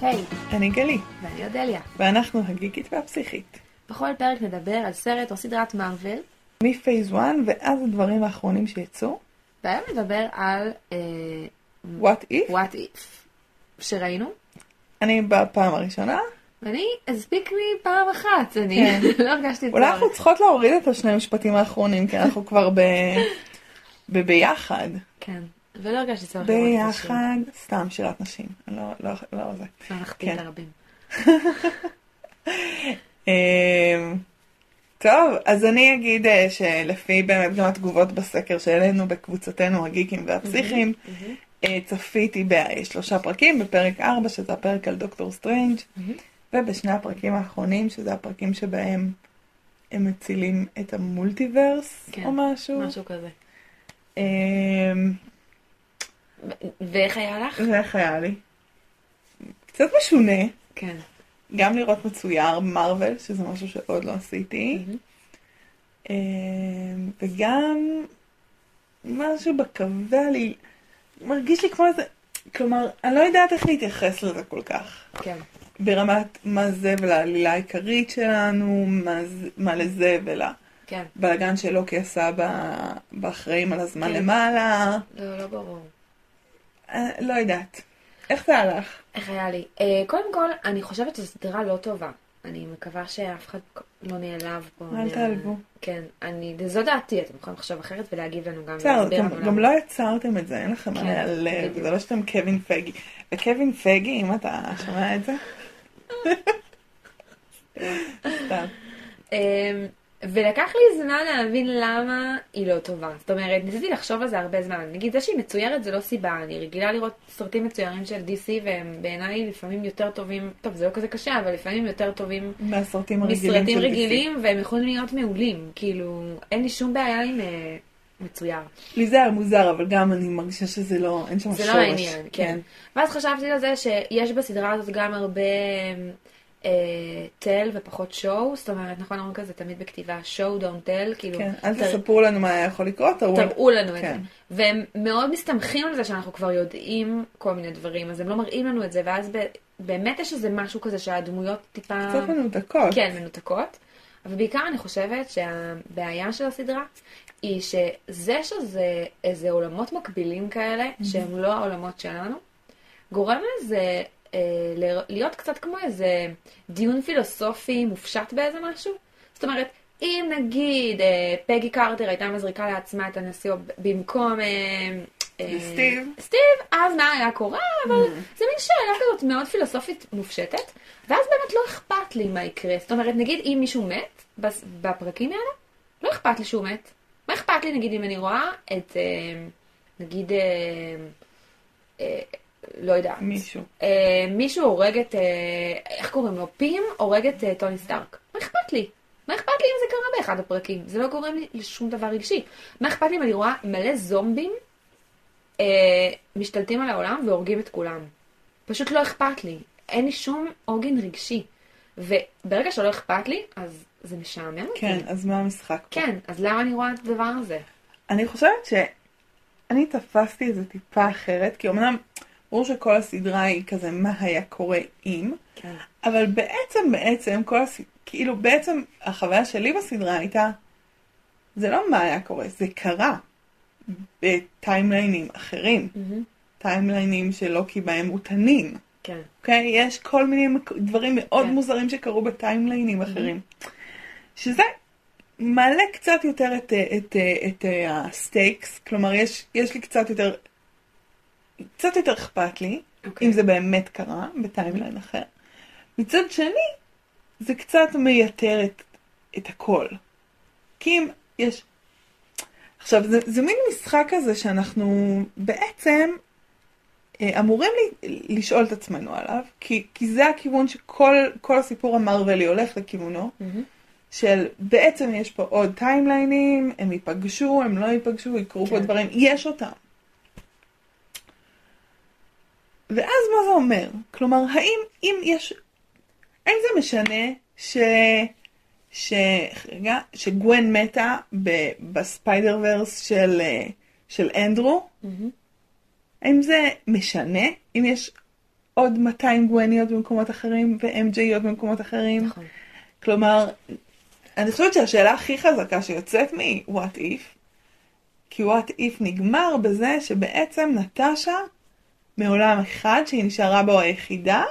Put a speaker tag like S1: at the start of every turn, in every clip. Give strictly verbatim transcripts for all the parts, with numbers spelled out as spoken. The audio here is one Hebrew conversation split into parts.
S1: היי,
S2: אני גלי.
S1: ואני אודליה.
S2: ואנחנו הגיקית והפסיכית.
S1: בכל פרק נדבר על סרט או סדרת מארוול.
S2: מפייז אחת ועד הדברים האחרונים שיצאו.
S1: והיום נדבר על... Uh,
S2: What If?
S1: What If. שראינו.
S2: אני בפעם הראשונה.
S1: ואני הספיק לי פעם אחת. אני
S2: כן.
S1: לא הרגשתי צורך.
S2: אולי אנחנו צריכות להוריד את השני המשפטים האחרונים, כי אנחנו כבר ב... ב... ביחד.
S1: כן. ולא הרגשתי צורך.
S2: ביחד. סתם שירת נשים. לא, לא, לא זה.
S1: לא נחתית הרבים.
S2: טוב, אז אני אגיד שלפי באמת גם התגובות בסקר שהעלינו בקבוצתנו הגיקים והפסיכים, צפיתי בשלושה פרקים, בפרק ארבע שזה הפרק על דוקטור סטרנג', ובשני הפרקים האחרונים שזה הפרקים שבהם הם מצילים את המולטיברס או משהו.
S1: משהו כזה. ואיך היה לך?
S2: ואיך היה לי? קצת משונה.
S1: כן.
S2: גם לראות מצויר מארוול, שזה משהו שעוד לא עשיתי. Mm-hmm. וגם משהו בקווה לי, מרגיש לי כמו איזה, כלומר, אני לא יודעת איך להתייחס לזה כל כך.
S1: כן.
S2: ברמת מה זה ולעלילה העיקרית שלנו, מה, מה לזה ולה.
S1: כן.
S2: בלגן שלוקי עשה באחראים על הזמן כן. למעלה.
S1: לא, לא ברור.
S2: לא יודעת. איך זה הלך?
S1: איך היה לי? Uh, קודם כל, אני חושבת שזו סדרה לא טובה. אני מקווה שאף אחד לא נעלב פה.
S2: אל תעלבו.
S1: כן, אני, זו דעתי, אתם יכולים לחשוב אחרת ולהגיב לנו גם.
S2: בסדר, גם לא יצרתם את זה, אין לכם מה להעלב, זה לא שאתם קווין פגי. וקווין פגי, אם אתה שומע את זה? סתם.
S1: ולקח לי זמן להבין למה היא לא טובה. זאת אומרת, ניסיתי לחשוב על זה הרבה זמן. נגיד, זה שהיא מצוירת זה לא סיבה. אני רגילה לראות סרטים מצוירים של די סי, והם בעיניי לפעמים יותר טובים, טוב, זה לא כזה קשה, אבל לפעמים יותר טובים
S2: מהסרטים הרגילים
S1: מסרטים רגילים, והם יכולים להיות מעולים. כאילו, אין לי שום בעיה עם מצויר.
S2: לי זה היה מוזר, אבל גם אני מרגישה שזה לא, אין שם שורש.
S1: זה לא העניין, כן. ואז חשבתי על זה שיש בסדרה הזאת גם הרבה... תל ופחות שואו, זאת אומרת, נכון, אומרים כזה תמיד בכתיבה, שואו, דונט טל, כאילו...
S2: כן, אל תספרו לנו מה יכול לקרות,
S1: תראו לנו את זה. והם מאוד מסתמכים על זה שאנחנו כבר יודעים כל מיני דברים, אז הם לא מראים לנו את זה, ואז באמת יש איזה משהו כזה שהדמויות טיפה...
S2: קצת מנותקות.
S1: כן, מנותקות. אבל בעיקר אני חושבת שהבעיה של הסדרה היא שזה שזה איזה עולמות מקבילים כאלה, שהם לא העולמות שלנו, גורם לזה... להיות קצת כמו איזה דיון פילוסופי מופשט באיזה משהו. זאת אומרת, אם נגיד פגי קרטר הייתה מזריקה לעצמה את הנסיעה במקום
S2: סטיב,
S1: סטיב, אז מה היה קורה? אבל זה מין שאלה כזאת מאוד פילוסופית מופשטת, ואז באמת לא אכפת לי מה יקרה. זאת אומרת, נגיד אם מישהו מת בפרקים האלה, לא אכפת לי שהוא מת. מה אכפת לי נגיד אם אני רואה את נגיד לא יודעת.
S2: מישהו.
S1: אה, מישהו הורג את, אה, איך קוראים לו? פים הורג את אה, טוני סטארק. מה אכפת לי? מה אכפת לי אם זה קרה באחד הפרקים? זה לא גורם לי לשום דבר רגשי. מה אכפת לי אם אני רואה מלא זומבים אה, משתלטים על העולם והורגים את כולם? פשוט לא אכפת לי. אין לי שום עוגן רגשי. וברגע שלא אכפת לי, אז זה משעמם אותי.
S2: כן, אז מה המשחק פה?
S1: כן, אז למה אני רואה את הדבר הזה?
S2: אני חושבת שאני תפסתי את זה טיפה אחרת, כי אמנם... ברור שכל הסדרה היא כזה מה היה קורה אם, כן. אבל בעצם בעצם כל הס... כאילו בעצם החוויה שלי בסדרה הייתה, זה לא מה היה קורה, זה קרה בטיימליינים אחרים, mm-hmm. טיימליינים שלוקי בהם הוא תנין.
S1: כן.
S2: אוקיי? יש כל מיני דברים מאוד כן. מוזרים שקרו בטיימליינים mm-hmm. אחרים, שזה מעלה קצת יותר את, את, את, את הסטייקס, כלומר יש, יש לי קצת יותר... קצת יותר אכפת לי, okay. אם זה באמת קרה, בטיימליין mm-hmm. אחר. מצד שני, זה קצת מייתר את, את הכל. כי אם יש... עכשיו, זה, זה מין משחק כזה שאנחנו בעצם אה, אמורים לי, לשאול את עצמנו עליו, כי, כי זה הכיוון שכל כל הסיפור המרוoli הולך לכיוונו, mm-hmm. של בעצם יש פה עוד טיימליינים, הם ייפגשו, הם לא ייפגשו, יקרו okay. פה דברים, יש אותם. ואז מה זה אומר? כלומר, האם אם יש, האם זה משנה ש, ש, רגע, שגוון מתה ב, בספיידר ורס של, של אנדרו? Mm-hmm. האם זה משנה? אם יש עוד מאתיים גווניות במקומות אחרים, ו-אם ג'ייות במקומות אחרים.
S1: נכון.
S2: כלומר, אני חושבת שהשאלה הכי חזקה שיוצאת מ-What If, כי What If נגמר בזה שבעצם נטשה, מעולם אחד שהיא נשארה בו היחידה,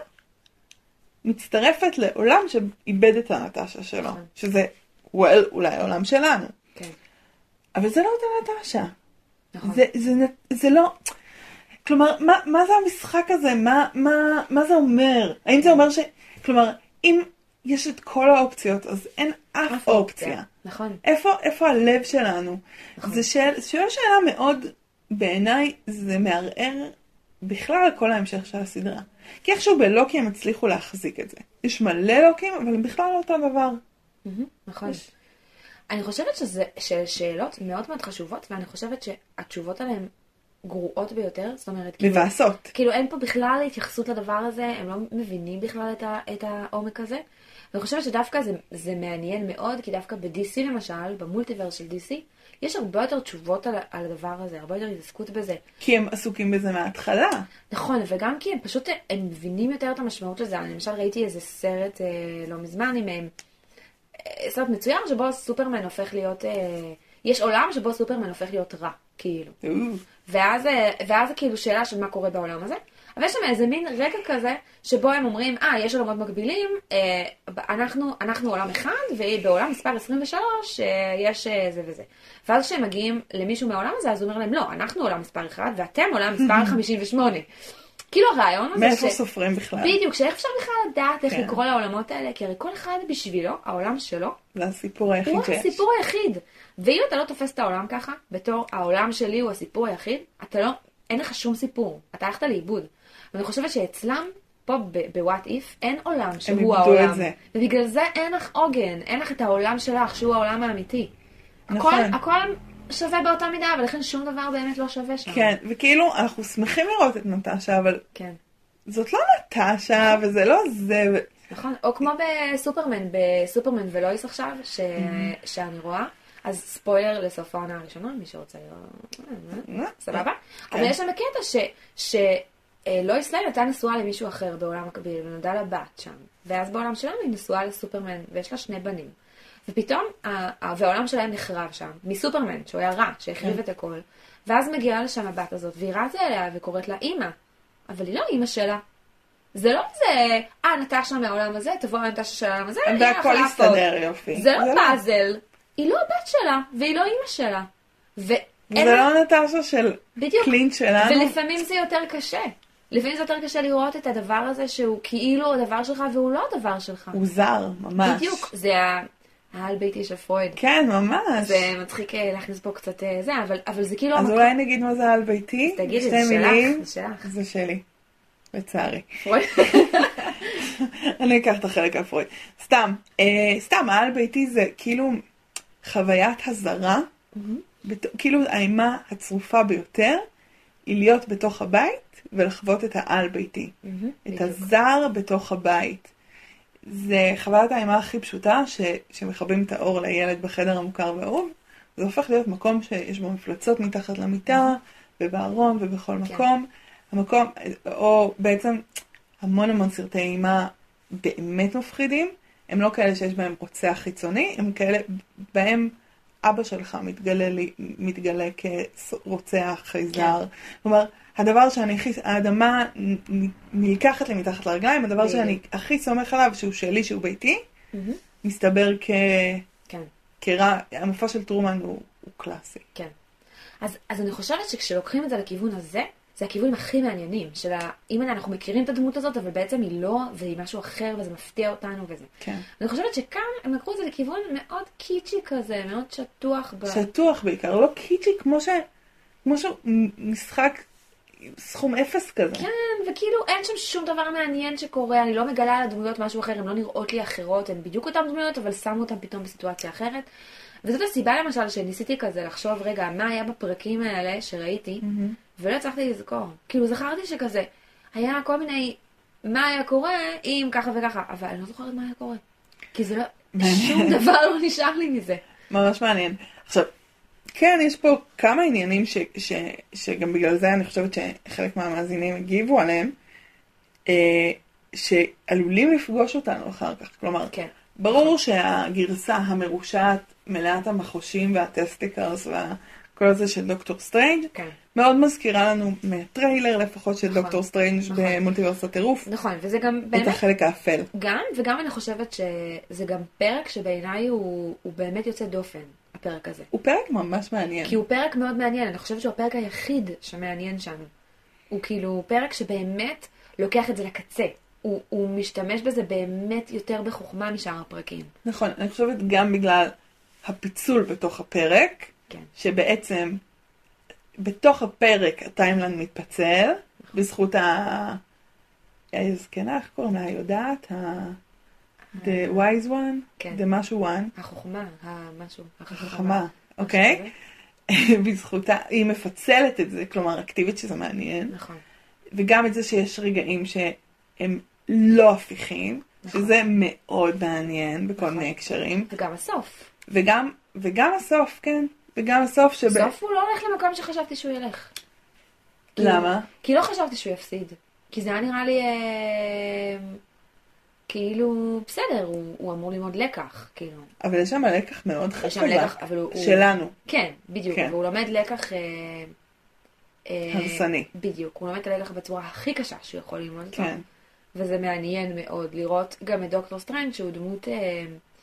S2: מצטרפת לעולם שאיבד את הנטשה שלו. נכון. שזה, well, אולי העולם שלנו.
S1: כן.
S2: אבל זה לא אותה נטשה.
S1: נכון.
S2: זה, זה, זה לא... כלומר, מה, מה זה המשחק הזה? מה, מה, מה זה אומר? האם זה אומר ש... כלומר, אם יש את כל האופציות, אז אין אף, אף אופציה. אופציה.
S1: נכון.
S2: איפה, איפה הלב שלנו?
S1: נכון.
S2: זה שאל, שאלה שאלה מאוד, בעיניי, זה מערער בכלל על כל ההמשך של הסדרה. כי איכשהו בלוקי הם הצליחו להחזיק את זה. יש מלא לוקים, אבל הם בכלל לא אותו דבר.
S1: נכון. יש... אני חושבת שזה שאלות מאוד מאוד חשובות, ואני חושבת שהתשובות עליהן גרועות ביותר, זאת אומרת,
S2: מבאסות.
S1: כאילו, כאילו אין פה בכלל התייחסות לדבר הזה, הם לא מבינים בכלל את, ה, את העומק הזה, ואני חושבת שדווקא זה, זה מעניין מאוד, כי דווקא ב-די סי למשל, במולטיברס של די סי, יש הרבה יותר תשובות על, על הדבר הזה, הרבה יותר התעסקות בזה.
S2: כי הם עסוקים בזה מההתחלה.
S1: נכון, וגם כי הם פשוט, הם מבינים יותר את המשמעות לזה. אני למשל ראיתי איזה סרט אה, לא מזמן עם אה, סרט מצויר שבו סופרמן הופך להיות, אה, יש עולם שבו סופרמן הופך להיות רע, כאילו. ואז, ואז כאילו שאלה של מה קורה בעולם הזה. אבל יש שם איזה מין רגע כזה, שבו הם אומרים, אה, יש עולמות מקבילים, אה, אנחנו, אנחנו עולם אחד, ובעולם מספר עשרים ושלוש, אה, יש אה, זה וזה. ואז כשהם מגיעים למישהו מהעולם הזה, אז הוא אומר להם, לא, אנחנו עולם מספר אחד, ואתם עולם מספר חמישים ושמונה. כאילו הרעיון הזה
S2: מאיפה סופרים בכלל?
S1: בדיוק, שאיך אפשר בכלל לדעת איך לקרוא לעולמות האלה, כי הרי כל אחד בשבילו, העולם שלו,
S2: זה הסיפור היחיד
S1: הוא
S2: שיש.
S1: הוא הסיפור היחיד. ואם אתה לא תופס את העולם ככה, בתור העולם שלי הוא הסיפור היחיד, אתה לא, אין לך שום סיפור, אתה הלכת לאיבוד. ואני חושבת שאצלם, פה ב-What If, אין עולם שהוא העולם. ובגלל זה אין לך עוגן, אין לך את העולם שלך, שהוא העולם האמיתי. נכון. הכל, הכל שווה באותה מידה, ולכן שום דבר באמת לא שווה שם.
S2: כן, וכאילו, אנחנו שמחים לראות את נטשה, אבל
S1: כן.
S2: זאת לא נטשה, וזה לא זה. ו...
S1: נכון, או כמו בסופרמן, בסופרמן ולויס עכשיו, ש... mm-hmm. שאני רואה, אז ספוילר לסוף העונה הראשונה, מי שרוצה לראות, סבבה? אבל יש שם קטע ש... ש... לואיס ליין הייתה נשואה למישהו אחר בעולם מקביל, ונולדה לה בת שם. ואז בעולם שלנו היא נשואה לסופרמן, ויש לה שני בנים. ופתאום, והעולם שלהם נחרב שם, מסופרמן, שהוא היה רע, שהחריב את הכל. ואז מגיעה לשם הבת הזאת, והיא רצה אליה וקוראת לה אימא. אבל היא לא אימא שלה. זה לא זה, אה, נטשה מהעולם הזה, תבוא לנטשה של העולם הזה,
S2: והכל יסתדר יופי.
S1: זה לא פאזל. היא לא הבת שלה, והיא לא אימא שלה.
S2: זה לא נטשה של קלינט שלנו.
S1: ולפעמים זה יותר קשה. לפעמים זה יותר קשה לראות את הדבר הזה שהוא כאילו הדבר שלך והוא לא הדבר שלך.
S2: הוא זר, ממש.
S1: בדיוק, זה העל ביתי של פרויד.
S2: כן, ממש.
S1: זה מצחיק להכניס פה קצת זה, אבל, אבל זה כאילו...
S2: אז המקום... אולי נגיד מה זה העל ביתי?
S1: תגיד, זה שלך, זה שלך.
S2: זה שלי, לצערי.
S1: פרויד?
S2: אני אקח את החלק הפרויד. סתם, אה, סתם, העל ביתי זה כאילו חוויית הזרה, mm-hmm. בת... כאילו האימה הצרופה ביותר, היא להיות בתוך הבית, ולחוות את העל ביתי. Mm-hmm, את בדיוק. הזר בתוך הבית. זה חוויית האימה הכי פשוטה, ש, שמחברים את האור לילד בחדר המוכר והאהוב. זה הופך להיות מקום שיש בו מפלצות מתחת למיטה, mm-hmm. ובארון ובכל כן. מקום. המקום, או בעצם המון המון סרטי אימה באמת מפחידים. הם לא כאלה שיש בהם רוצח חיצוני, הם כאלה בהם אבא שלך מתגלה, לי, מתגלה כרוצח חייזר. כן. כלומר, הדבר שאני הכי, האדמה נלקחת לי מתחת לרגליים, הדבר שאני הכי סומך עליו, שהוא שלי, שהוא ביתי, מסתבר כ... כן. כרע, המופע של טרומן הוא, הוא קלאסי.
S1: כן. אז, אז אני חושבת שכשלוקחים את זה לכיוון הזה, זה הכיוונים הכי מעניינים, של אם אנחנו מכירים את הדמות הזאת, אבל בעצם היא לא, והיא משהו אחר, וזה מפתיע אותנו וזה.
S2: כן.
S1: אני חושבת שכאן הם לקחו את זה לכיוון מאוד קיצ'י כזה, מאוד שטוח. ב...
S2: שטוח בעיקר, לא קיצ'י, כמו ש... כמו שמשחק סכום אפס כזה.
S1: כן, וכאילו אין שם שום דבר מעניין שקורה, אני לא מגלה על הדמויות משהו אחר, הן לא נראות לי אחרות, הן בדיוק אותן דמויות, אבל שמו אותן פתאום בסיטואציה אחרת. וזאת הסיבה למשל שניסיתי כזה לחשוב רגע מה היה בפרקים האלה שראיתי, mm-hmm. ולא הצלחתי לזכור. כאילו זכרתי שכזה, היה כל מיני, מה היה קורה אם ככה וככה, אבל אני לא זוכרת מה היה קורה. כי זה לא, שום דבר לא נשאר לי מזה.
S2: ממש מעניין. עכשיו, כן, יש פה כמה עניינים ש, ש, שגם בגלל זה אני חושבת שחלק מהמאזינים הגיבו עליהם. אה, שעלולים לפגוש אותנו אחר כך. כלומר,
S1: כן.
S2: ברור שהגרסה המרושעת, מלאת המחושים והטסטיקרס וכל הזה של דוקטור סטרנג'
S1: כן.
S2: מאוד מזכירה לנו מהטריילר לפחות של
S1: נכון,
S2: דוקטור סטרנג'
S1: נכון.
S2: במולטיברס הטירוף.
S1: נכון, וזה גם
S2: את
S1: באמת...
S2: החלק האפל.
S1: גם, וגם אני חושבת שזה גם פרק שבעיניי הוא, הוא באמת יוצא דופן, הפרק הזה.
S2: הוא פרק ממש מעניין.
S1: כי הוא פרק מאוד מעניין, אני חושבת שהוא הפרק היחיד שמעניין שם. הוא כאילו פרק שבאמת לוקח את זה לקצה. הוא, הוא משתמש בזה באמת יותר בחוכמה משאר הפרקים.
S2: נכון, אני חושבת גם בגלל הפיצול בתוך הפרק,
S1: כן.
S2: שבעצם בתוך הפרק הטיימלנד מתפצל, בזכות ה... הזקנה, איך קוראים לה? יודעת? ה... The wise one?
S1: כן.
S2: The משהו one?
S1: החוכמה, המשהו.
S2: החכמה, אוקיי? בזכותה, היא מפצלת את זה, כלומר אקטיבית שזה מעניין.
S1: נכון.
S2: וגם את זה שיש רגעים שהם לא הפיכים,
S1: נכון.
S2: שזה מאוד מעניין בכל
S1: נכון.
S2: מיני הקשרים.
S1: וגם הסוף.
S2: וגם, וגם הסוף, כן. וגם הסוף שב...
S1: הסוף הוא לא הולך למקום שחשבתי שהוא ילך.
S2: למה?
S1: כי לא חשבתי שהוא יפסיד. כי זה היה נראה לי... אה, כאילו, בסדר, הוא, הוא אמור ללמוד לקח, כאילו.
S2: אבל יש שם לקח מאוד
S1: יש שם
S2: חזק.
S1: לקח, אבל הוא...
S2: שלנו.
S1: כן, בדיוק.
S2: כן.
S1: והוא לומד לקח... אה, אה,
S2: הרסני.
S1: בדיוק. הוא לומד את הלקח בצורה הכי קשה שהוא יכול ללמוד אותו.
S2: כן.
S1: וזה מעניין מאוד לראות גם את דוקטור סטרנג' שהוא דמות אה,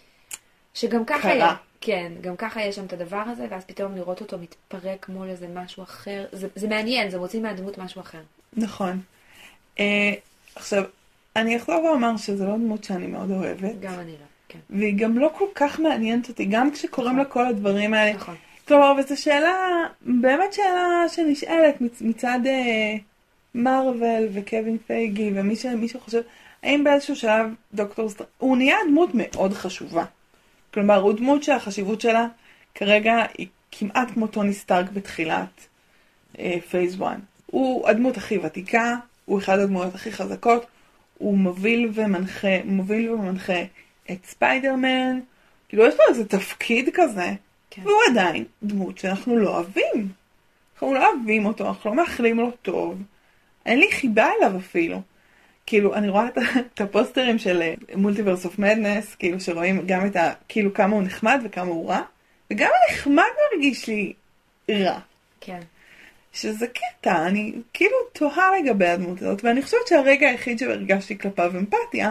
S1: שגם ככה היה. כן, גם ככה יש שם את הדבר הזה, ואז פתאום לראות אותו מתפרק מול איזה משהו אחר. זה, זה מעניין, זה מוציא מהדמות משהו אחר.
S2: נכון. אה, עכשיו, אני אחזור ואומר שזו לא דמות שאני מאוד אוהבת.
S1: גם אני לא, כן.
S2: והיא גם לא כל כך מעניינת אותי, גם כשקוראים
S1: נכון.
S2: לה כל הדברים האלה.
S1: נכון.
S2: כלומר, וזו שאלה, באמת שאלה שנשאלת מצ, מצד אה, מרוול וקווין פייגי ומי ש, מי שחושב, האם באיזשהו שלב דוקטור סטרנג', הוא נהיה דמות מאוד חשובה. כלומר, הוא דמות שהחשיבות שלה כרגע היא כמעט כמו טוני סטארק בתחילת אה, פייס וואן. הוא הדמות הכי ותיקה, הוא אחד הדמויות הכי חזקות, הוא מוביל ומנחה, מוביל ומנחה את ספיידרמן, כאילו יש לו איזה תפקיד כזה, כן. והוא עדיין דמות שאנחנו לא אוהבים. אנחנו לא אוהבים אותו, אנחנו לא מאחלים לו טוב. אין לי חיבה אליו אפילו. כאילו, אני רואה את, את הפוסטרים של מולטיברס אוף מדנס, כאילו שרואים גם את ה... כאילו כמה הוא נחמד וכמה הוא רע, וגם הנחמד מרגיש לי רע.
S1: כן.
S2: שזה קטע, אני כאילו תוהה לגבי הדמות הזאת, ואני חושבת שהרגע היחיד שהרגשתי כלפיו אמפתיה,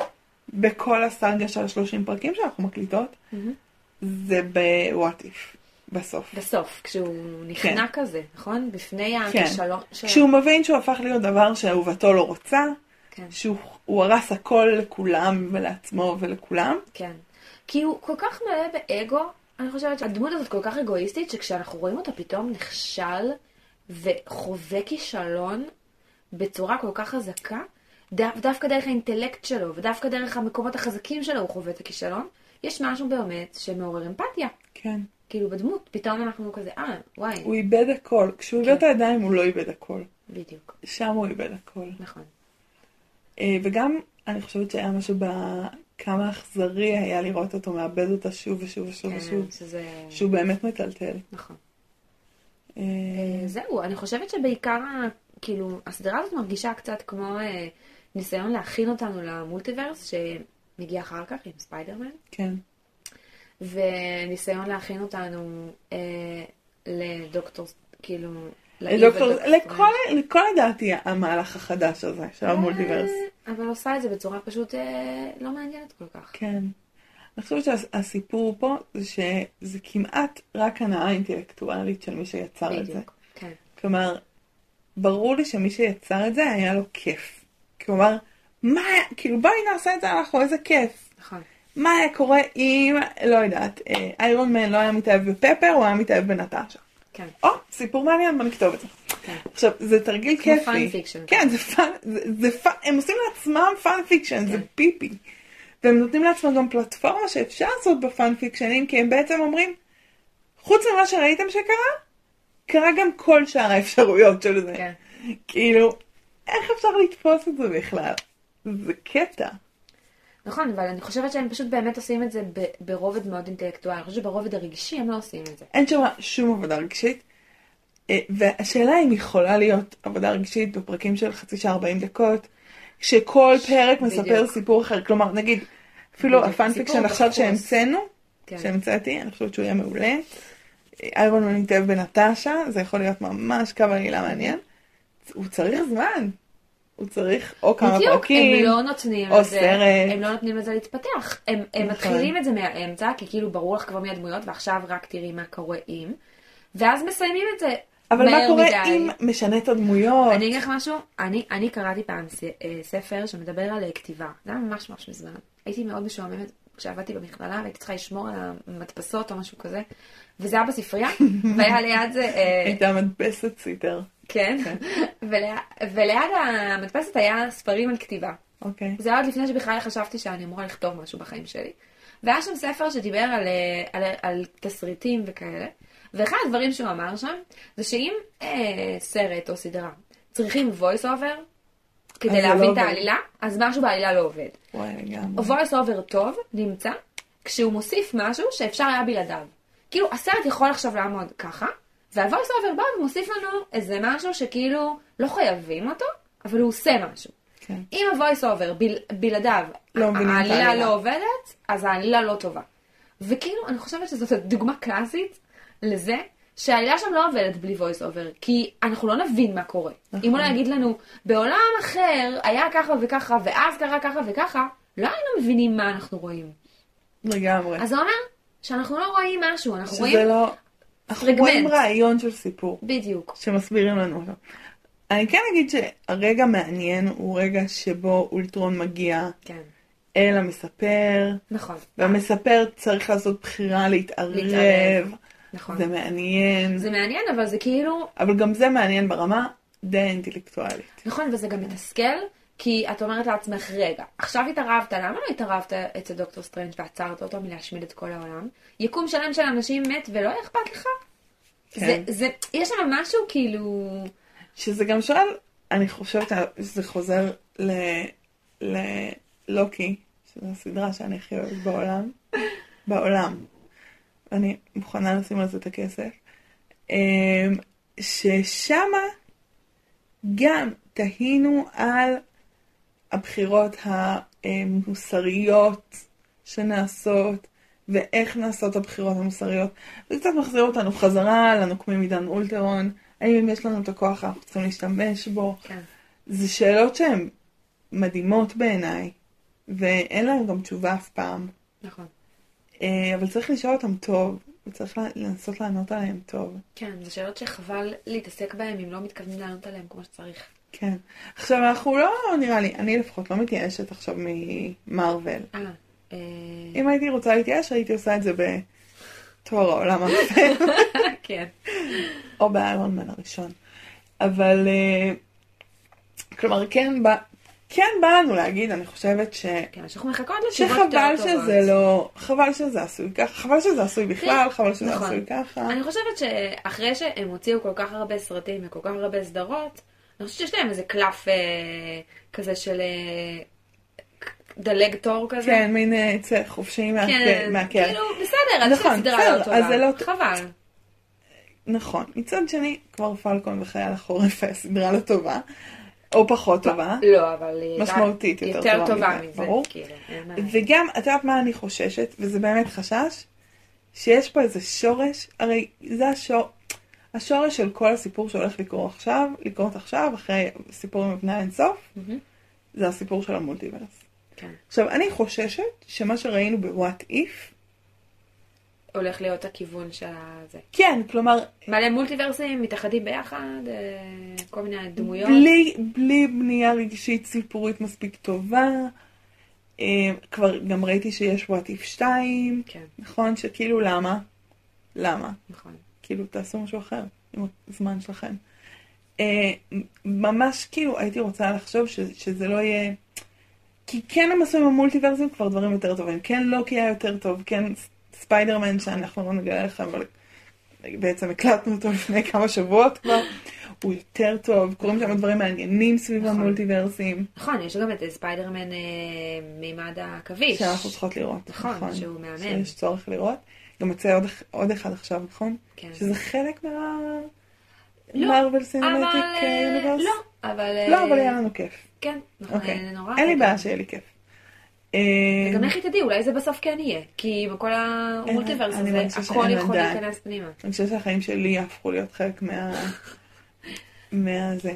S2: בכל הסאגה של שלושים פרקים שאנחנו מקליטות, mm-hmm. זה ב-What If, בסוף.
S1: בסוף, כשהוא נכנע כן. כזה, נכון? בפני
S2: כן.
S1: הכישלון. ש...
S2: כשהוא מבין שהוא הפך להיות דבר שאהובתו לא רוצה, כן. שהוא הרס הכל לכולם ולעצמו ולכולם.
S1: כן. כי הוא כל כך מלא באגו, אני חושבת שהדמות הזאת כל כך אגואיסטית, שכשאנחנו רואים אותה פתאום נכשל וחווה כישלון בצורה כל כך חזקה, דווקא דרך האינטלקט שלו, ודווקא דרך המקומות החזקים שלו הוא חווה את הכישלון, יש משהו באמת שמעורר אמפתיה.
S2: כן.
S1: כאילו בדמות, פתאום אנחנו כזה, אה, וואי.
S2: הוא איבד הכל. כשהוא איבד את הידיים הוא לא איבד הכל.
S1: בדיוק.
S2: שם הוא איבד הכל.
S1: נכון.
S2: וגם אני חושבת שהיה משהו בכמה אכזרי היה לראות אותו מאבד אותה שוב ושוב ושוב ושוב. שהוא באמת מטלטל.
S1: נכון. זהו, אני חושבת שבעיקר, כאילו, הסדרה הזאת מרגישה קצת כמו ניסיון להכין אותנו למולטיברס, שמגיע אחר כך עם ספיידרמן.
S2: כן.
S1: וניסיון להכין אותנו לדוקטור, כאילו,
S2: לדוקטור, לכל לדעתי המהלך החדש הזה של המולטיברס.
S1: אבל עושה את זה בצורה פשוט לא מעניינת כל כך.
S2: כן. אני חושבת שהסיפור פה זה שזה כמעט רק הנאה אינטלקטואלית של מי שיצר את זה.
S1: בדיוק, כן.
S2: כלומר, ברור לי שמי שיצר את זה היה לו כיף. כלומר, מה, כאילו בואי נעשה את זה, אנחנו איזה כיף.
S1: נכון.
S2: מה היה קורה אם, לא יודעת, איירון מן לא היה מתאהב בפפר, הוא היה מתאהב בנטשה.
S1: כן.
S2: או, סיפור מעניין, בוא נכתוב את זה.
S1: כן.
S2: עכשיו, זה תרגיל כיפי.
S1: כמו פאן פיקשן.
S2: כן, זה פאן, זה, זה פאן, הם עושים לעצמם פאן פיקשן, כן. זה פיפי. והם נותנים לעצמם גם פלטפורמה שאפשר לעשות בפאן פיקשנים, כי הם בעצם אומרים, חוץ ממה שראיתם שקרה, קרה גם כל שאר האפשרויות של זה.
S1: כן.
S2: כאילו, איך אפשר לתפוס את זה בכלל? זה קטע.
S1: נכון, אבל אני חושבת שהם פשוט באמת עושים את זה ברובד מאוד אינטלקטואלי. אני חושבת שברובד הרגשי הם לא עושים את זה.
S2: אין שם שום עבודה רגשית. והשאלה אם יכולה להיות עבודה רגשית בפרקים של חצי שעה ארבעים דקות, שכל פרק מספר
S1: בדיוק.
S2: סיפור אחר. כלומר, נגיד, אפילו
S1: בדיוק.
S2: הפאנפיקשן
S1: סיפור
S2: עכשיו
S1: דחוס.
S2: שהמצאנו,
S1: כן.
S2: שהמצאתי, אני חושבת שהוא יהיה מעולה. איירון מן מתאהב בנטשה, זה יכול להיות ממש קו עלילה מעניין. הוא צריך זמן. הוא צריך או כמה
S1: בדיוק,
S2: פרקים,
S1: הם לא נותנים
S2: או
S1: לזה,
S2: סרט.
S1: הם לא נותנים לזה להתפתח. הם, הם
S2: נכון.
S1: מתחילים את זה מהאמצע, כי כאילו ברור לך כבר מי הדמויות, ועכשיו רק תראי מה קורה עם. ואז מסיימים את זה
S2: אבל מה
S1: מהר
S2: קורה
S1: מדי.
S2: אם משנה את הדמויות?
S1: אני אגיד לך משהו, אני, אני קראתי פעם ס, אה, ספר שמדבר על אה, כתיבה. זה היה ממש ממש מזמן. הייתי מאוד משועממת כשעבדתי במכללה, והייתי צריכה לשמור על המדפסות או משהו כזה. וזה היה בספרייה, והיה ליד זה... אה,
S2: הייתה מדפסת סיטר.
S1: כן, וליד, וליד המדפסת היה ספרים על כתיבה.
S2: אוקיי.
S1: זה היה עוד לפני שבכלל חשבתי שאני אמורה לכתוב משהו בחיים שלי. והיה שם ספר שדיבר על, אה, על, על תסריטים וכאלה. ואחד הדברים שהוא אמר שם, זה שאם אה, סרט או סדרה צריכים voice over, כדי
S2: זה
S1: להבין
S2: לא
S1: את
S2: עובד.
S1: העלילה, אז משהו בעלילה לא עובד.
S2: וואי, לגמרי.
S1: voice over טוב נמצא כשהוא מוסיף משהו שאפשר היה בלעדיו. כאילו, הסרט יכול עכשיו לעמוד ככה, וה-voice over בא ומוסיף לנו איזה משהו שכאילו לא חייבים אותו, אבל הוא עושה משהו.
S2: כן.
S1: אם ה-voice over בל, בלעדיו,
S2: לא מבינים את
S1: העלילה
S2: העלילה.
S1: לא עובדת, אז העלילה לא טובה. וכאילו, אני חושבת שזאת דוגמה קלאסית לזה, שהעלילה שם לא עובדת בלי voice over, כי אנחנו לא נבין מה קורה.
S2: נכון.
S1: אם הוא לא יגיד לנו, בעולם אחר היה ככה וככה, ואז קרה ככה וככה, לא היינו מבינים מה אנחנו רואים.
S2: לגמרי.
S1: אז זה אומר שאנחנו לא רואים משהו, אנחנו
S2: שזה
S1: רואים
S2: לא... אנחנו
S1: פרגמנט.
S2: רואים רעיון של סיפור.
S1: בדיוק.
S2: שמסבירים לנו אותו. אני כן אגיד שהרגע מעניין הוא רגע שבו אולטרון מגיע
S1: כן,
S2: אל המספר,
S1: נכון.
S2: והמספר צריך לעשות בחירה להתערב.
S1: להתערב. נכון.
S2: זה מעניין.
S1: זה מעניין, אבל זה כאילו...
S2: אבל גם זה מעניין ברמה די אינטלקטואלית.
S1: נכון, וזה גם מתסכל, כי את אומרת לעצמך, רגע, עכשיו התערבת, למה לא התערבת אצל דוקטור סטרנג' ועצרת אותו מלהשמיד את כל העולם? יקום שלם של אנשים מת ולא אכפת לך?
S2: כן.
S1: זה, זה, יש שם משהו כאילו...
S2: שזה גם שואל, אני חושבת שזה חוזר ל... ללוקי, שזו הסדרה שאני הכי אוהבת בעולם. בעולם. אני מוכנה לשים על זה את הכסף. ששמה גם תהינו על הבחירות המוסריות שנעשות, ואיך נעשות הבחירות המוסריות. זה קצת מחזיר אותנו חזרה לנוקמים עידן אולטרון. האם יש לנו את הכוח, אנחנו צריכים להשתמש בו.
S1: כן.
S2: זה שאלות שהן מדהימות בעיניי, ואין להן גם תשובה אף פעם.
S1: נכון.
S2: אבל צריך לשאול אותם טוב, וצריך לנסות לענות עליהם טוב.
S1: כן, זה שאלות שחבל להתעסק בהן אם לא מתכוונים לענות עליהן כמו שצריך.
S2: כן. עכשיו, אנחנו לא, נראה לי, אני לפחות לא מתייאשת עכשיו ממרוול.
S1: אה, אה...
S2: אם הייתי רוצה להתייאש, הייתי עושה את זה בתואר העולם האפל.
S1: כן.
S2: או באיירון מן הראשון. אבל, כלומר, כן בא, כן בא לנו להגיד, אני חושבת ש...
S1: כן, שאנחנו מחכות לתשובות יותר
S2: שחבל
S1: טובות.
S2: שזה לא, חבל שזה עשוי ככה, חבל שזה עשוי בכלל, חבל שזה
S1: נכון.
S2: עשוי ככה.
S1: אני חושבת שאחרי שהם הוציאו כל כך הרבה סרטים וכל כך הרבה סדרות, אני חושבת שיש להם איזה קלף אה, כזה של אה, דלג תור כזה.
S2: כן, מין אה, צא חופשי מה-
S1: כן,
S2: מהקר.
S1: כאילו, בסדר, אז
S2: נכון,
S1: סדרה
S2: בסדר,
S1: לא טובה.
S2: אז זה לא-
S1: חבל.
S2: נכון. מצד שני, כבר פלקון וחייל החורף סדרה לא טובה, או פחות טובה.
S1: לא, אבל היא הייתה
S2: משמעותית יותר
S1: יותר
S2: טובה
S1: טובה
S2: מזה,
S1: מזה.
S2: ברור.
S1: כאילו, אין מה.
S2: וגם, את יודעת מה אני חוששת, וזה באמת חשש, שיש פה איזה שורש, הרי זה השור... השורש של כל הסיפור שהולך לקרות עכשיו, לקרות עכשיו, אחרי סיפור עם אבני האינסוף,
S1: מהמם.
S2: זה הסיפור של המולטיברס.
S1: כן.
S2: עכשיו, אני חוששת שמה שראינו ב-What If,
S1: הולך להיות הכיוון של זה.
S2: כן, כלומר,
S1: מלא מולטיברסים, מתאחדים ביחד, אה, כל מיני דמויות.
S2: בלי, בלי בנייה רגשית סיפורית מספיק טובה, אה, כבר גם ראיתי שיש What If שתיים,
S1: כן,
S2: נכון? שכאילו למה? למה?
S1: נכון.
S2: כאילו תעשו משהו אחר עם הזמן שלכם. אה, ממש כאילו הייתי רוצה לחשוב ש, שזה לא יהיה... כי כן הם עשו עם המולטיברסים כבר דברים יותר טובים. כן לוקי היה יותר טוב, כן ספיידרמן שאנחנו לא נגלה לכם, אבל בעצם הקלטנו אותו לפני כמה שבועות כבר. הוא יותר טוב, קוראים שם דברים מעניינים סביב
S1: נכון.
S2: המולטיברסים.
S1: נכון, יש גם את ספיידרמן אה, מימד העכביש.
S2: שאנחנו צריכות לראות.
S1: נכון, שהוא מהמם.
S2: שיש צורך לראות. גם יוצא עוד, עוד אחד עכשיו, נכון?
S1: כן.
S2: שזה חלק מה...
S1: לא,
S2: מרוול
S1: אבל
S2: סינמטיק
S1: אה,
S2: יוניברס?
S1: לא, אבל...
S2: לא, אבל היה לנו כיף.
S1: כן,
S2: אוקיי.
S1: נורא.
S2: אין לי בעיה שיהיה לי כיף.
S1: וגם לכי תדעי, אולי זה בסוף כן יהיה. כי בכל המולטיברס הזה, הכל יכול להיכנס פנימה.
S2: אני חושבת שהחיים שלי יהפכו להיות חלק מה... מהזה.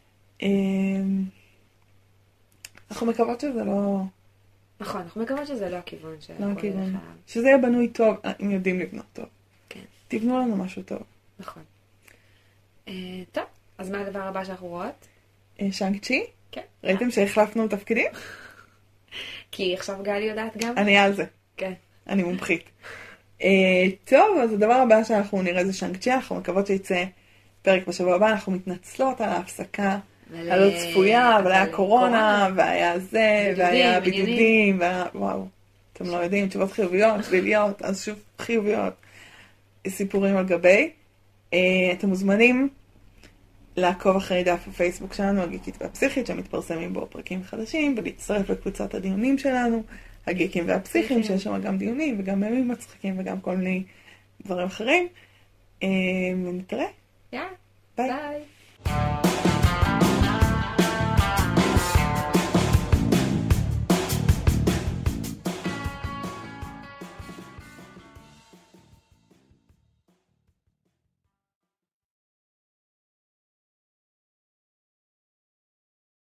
S2: אנחנו מקוות שזה לא...
S1: נכון, אנחנו מקוות שזה לא הכיוון.
S2: לא הכיוון. שזה יהיה בנוי טוב, אם יודעים לבנות טוב.
S1: כן.
S2: תבנו לנו משהו טוב.
S1: נכון. טוב, אז מה הדבר הבא שאנחנו רואות?
S2: שאנג צ'י?
S1: כן.
S2: ראיתם שהחלפנו תפקידים?
S1: כי עכשיו גלי יודעת גם?
S2: אני על זה.
S1: כן.
S2: אני מומחית. טוב, אז הדבר הבא שאנחנו נראה זה שאנג צ'י, אנחנו מקוות שיצא פרק בשבוע הבא, אנחנו מתנצלות על ההפסקה הלא צפויה, אבל היה קורונה, והיה זה, והיה בידודים, וואו, אתם לא יודעים, תשובות חיוביות, שליליות, אז שוב חיוביות, סיפורים על גבי. אתם מוזמנים לעקוב אחרי דף הפייסבוק שלנו, הגיקית והפסיכית, שמתפרסמים בו פרקים חדשים, ולהצטרף לקבוצת הדיונים שלנו, הגיקים והפסיכים, שיש שם גם דיונים, וגם מימים מצחיקים, וגם כל מיני דברים אחרים. ונתראה.
S1: יאללה.
S2: ביי.
S1: ביי.